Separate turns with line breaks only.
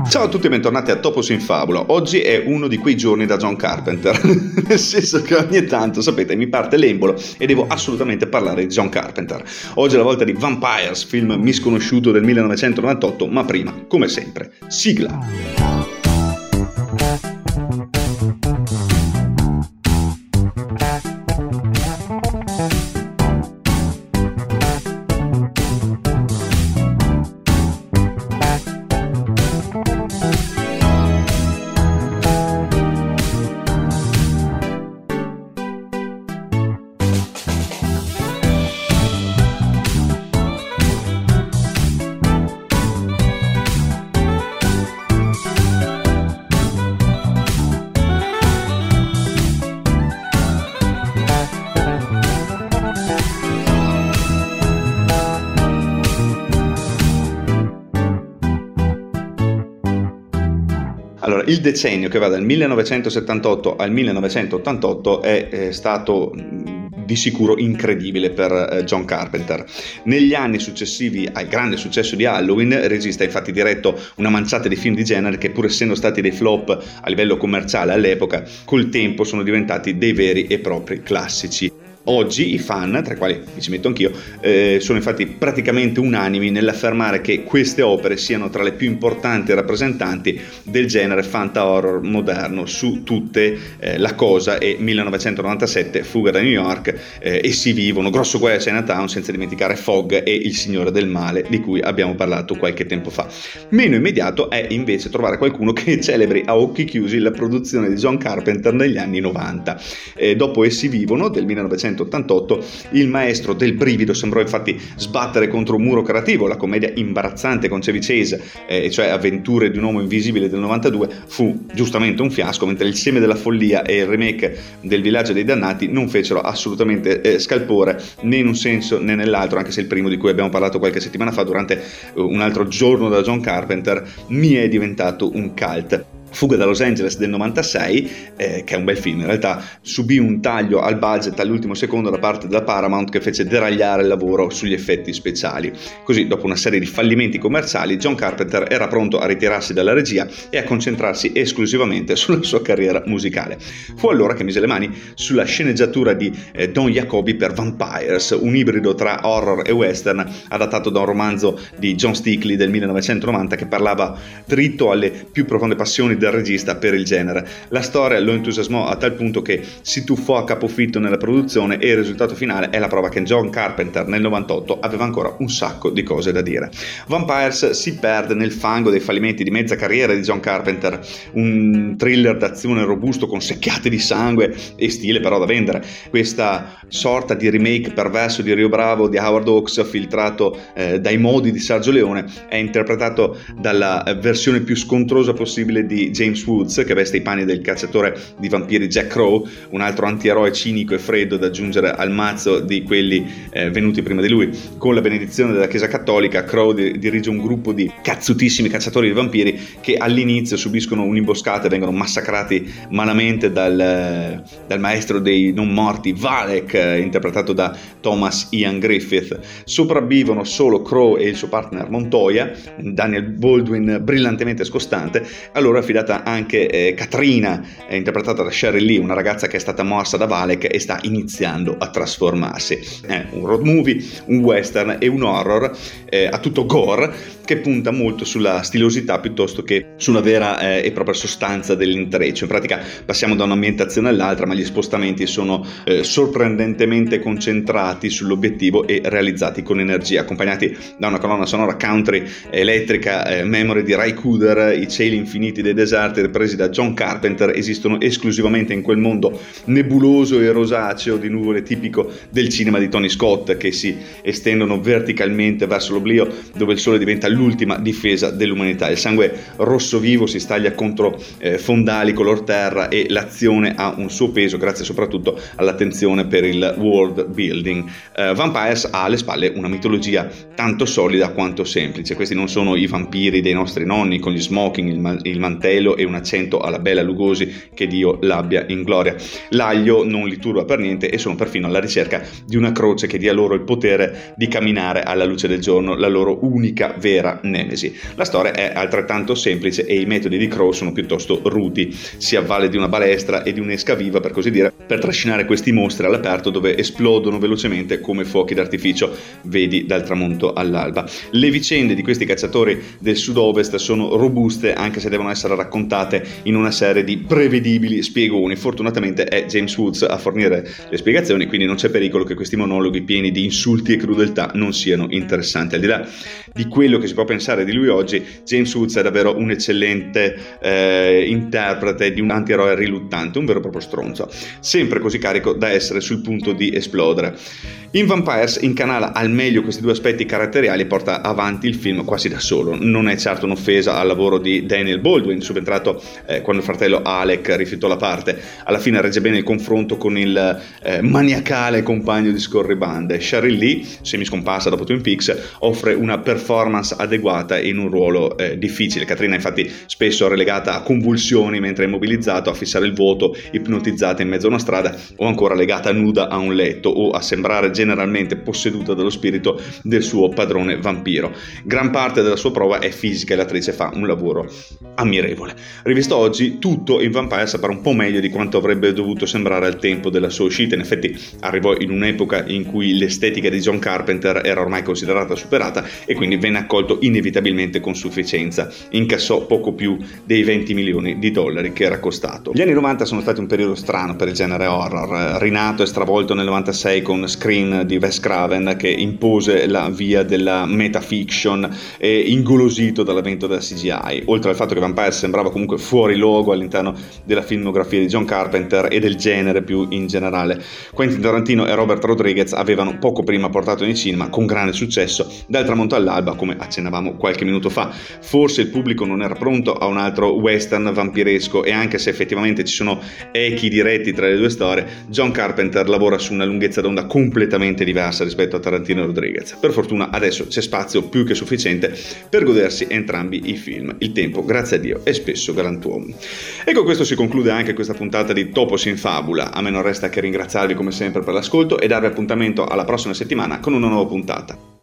Ciao a tutti e bentornati a Topos in Fabula. Oggi è uno di quei giorni da John Carpenter, nel senso che ogni tanto, sapete, mi parte l'embolo e devo assolutamente parlare di John Carpenter. Oggi è la volta di Vampires, film misconosciuto del 1998, ma prima, come sempre, sigla. Allora, il decennio che va dal 1978 al 1988 è stato di sicuro incredibile per John Carpenter. Negli anni successivi al grande successo di Halloween, il regista ha infatti diretto una manciata di film di genere che, pur essendo stati dei flop a livello commerciale all'epoca, col tempo sono diventati dei veri e propri classici. Oggi i fan, tra i quali mi ci metto anch'io, sono infatti praticamente unanimi nell'affermare che queste opere siano tra le più importanti rappresentanti del genere fanta-horror moderno, su tutte La Cosa e 1997, Fuga da New York, e Si vivono, Grosso guaio a Chinatown, senza dimenticare Fog e Il Signore del Male, di cui abbiamo parlato qualche tempo fa. Meno immediato è invece trovare qualcuno che celebri a occhi chiusi la produzione di John Carpenter negli anni 90. Dopo E Si vivono, del 1988, il maestro del brivido sembrò infatti sbattere contro un muro creativo. La commedia imbarazzante con Chevy Chase, cioè Avventure di un uomo invisibile del 92, fu giustamente un fiasco, mentre Il seme della follia e il remake del Villaggio dei dannati non fecero assolutamente scalpore né in un senso né nell'altro, anche se il primo, di cui abbiamo parlato qualche settimana fa durante un altro giorno da John Carpenter, mi è diventato un cult. Fuga da Los Angeles del 96, che è un bel film in realtà, subì un taglio al budget all'ultimo secondo da parte della Paramount, che fece deragliare il lavoro sugli effetti speciali. Così, dopo una serie di fallimenti commerciali, John Carpenter era pronto a ritirarsi dalla regia e a concentrarsi esclusivamente sulla sua carriera musicale. Fu allora che mise le mani sulla sceneggiatura di Don Jacoby per Vampires, un ibrido tra horror e western, adattato da un romanzo di John Stickley del 1990 che parlava dritto alle più profonde passioni del regista per il genere. La storia lo entusiasmò a tal punto che si tuffò a capofitto nella produzione, e il risultato finale è la prova che John Carpenter nel 98 aveva ancora un sacco di cose da dire. Vampires si perde nel fango dei fallimenti di mezza carriera di John Carpenter, un thriller d'azione robusto con secchiate di sangue e stile però da vendere. Questa sorta di remake perverso di Rio Bravo di Howard Hawks, filtrato dai modi di Sergio Leone, è interpretato dalla versione più scontrosa possibile di James Woods, che veste i panni del cacciatore di vampiri Jack Crow, un altro antieroe cinico e freddo da aggiungere al mazzo di quelli venuti prima di lui. Con la benedizione della Chiesa Cattolica, Crow dirige un gruppo di cazzutissimi cacciatori di vampiri che all'inizio subiscono un'imboscata e vengono massacrati malamente dal maestro dei non morti Valek, interpretato da Thomas Ian Griffith. Sopravvivono solo Crow e il suo partner Montoya, Daniel Baldwin brillantemente scostante. Allora è affidata anche Katrina, interpretata da Sheryl Lee, una ragazza che è stata morsa da Valek e sta iniziando a trasformarsi. È un road movie, un western e un horror a tutto gore, che punta molto sulla stilosità piuttosto che sulla vera e propria sostanza dell'intreccio. In pratica passiamo da un'ambientazione all'altra, ma gli spostamenti sono sorprendentemente concentrati sull'obiettivo e realizzati con energia, accompagnati da una colonna sonora country elettrica, memory di Ray Cooder. I cieli infiniti dei deserti ripresi da John Carpenter esistono esclusivamente in quel mondo nebuloso e rosaceo di nuvole tipico del cinema di Tony Scott, che si estendono verticalmente verso l'oblio, dove il sole diventa l'ultima difesa dell'umanità. Il sangue rosso vivo si staglia contro fondali color terra, e l'azione ha un suo peso grazie soprattutto all'attenzione per il world building. Vampires ha alle spalle una mitologia tanto solida quanto semplice. Questi non sono i vampiri dei nostri nonni con gli smoking, il mantello zelo e un accento alla Bela Lugosi, che Dio l'abbia in gloria. L'aglio non li turba per niente e sono perfino alla ricerca di una croce che dia loro il potere di camminare alla luce del giorno, la loro unica vera nemesi. La storia è altrettanto semplice e i metodi di Crowe sono piuttosto rudi. Si avvale di una balestra e di un'esca viva, per così dire, per trascinare questi mostri all'aperto dove esplodono velocemente come fuochi d'artificio, vedi Dal tramonto all'alba. Le vicende di questi cacciatori del sud-ovest sono robuste, anche se devono essere raccontate in una serie di prevedibili spiegoni. Fortunatamente è James Woods a fornire le spiegazioni, quindi non c'è pericolo che questi monologhi pieni di insulti e crudeltà non siano interessanti. Al di là di quello che si può pensare di lui oggi, James Woods è davvero un eccellente interprete di un antieroe riluttante, un vero e proprio stronzo, sempre così carico da essere sul punto di esplodere. In Vampires incanala al meglio questi due aspetti caratteriali e porta avanti il film quasi da solo. Non è certo un'offesa al lavoro di Daniel Baldwin, subentrato quando il fratello Alec rifiutò la parte. Alla fine regge bene il confronto con il maniacale compagno di scorribande. Cheryl Lee, semiscomparsa dopo Twin Peaks, offre una performance adeguata in un ruolo difficile. Katrina infatti spesso relegata a convulsioni mentre è immobilizzato, a fissare il vuoto, ipnotizzata in mezzo a una strada, o ancora legata nuda a un letto, o a sembrare generalmente posseduta dallo spirito del suo padrone vampiro. Gran parte della sua prova è fisica e l'attrice fa un lavoro ammirevole. Rivisto oggi, tutto in Vampires appare un po' meglio di quanto avrebbe dovuto sembrare al tempo della sua uscita. In effetti arrivò in un'epoca in cui l'estetica di John Carpenter era ormai considerata superata e quindi venne accolto inevitabilmente con sufficienza. Incassò poco più dei 20 milioni di dollari che era costato. Gli anni 90 sono stati un periodo strano per il genere horror, rinato e stravolto nel 96 con Scream di Wes Craven, che impose la via della metafiction e ingolosito dall'avvento della CGI, oltre al fatto che Vampires sembrava comunque fuori luogo all'interno della filmografia di John Carpenter e del genere più in generale. Quentin Tarantino e Robert Rodriguez avevano poco prima portato nei cinema con grande successo Dal tramonto all'alba, come accennavamo qualche minuto fa. Forse il pubblico non era pronto a un altro western vampiresco, e anche se effettivamente ci sono echi diretti tra le due storie, John Carpenter lavora su una lunghezza d'onda completamente diversa rispetto a Tarantino e Rodriguez. Per fortuna adesso c'è spazio più che sufficiente per godersi entrambi i film. Il tempo, grazie a Dio, è spesso galantuomo. E con questo si conclude anche questa puntata di Topos in Fabula. A me non resta che ringraziarvi come sempre per l'ascolto e darvi appuntamento alla prossima settimana con una nuova puntata.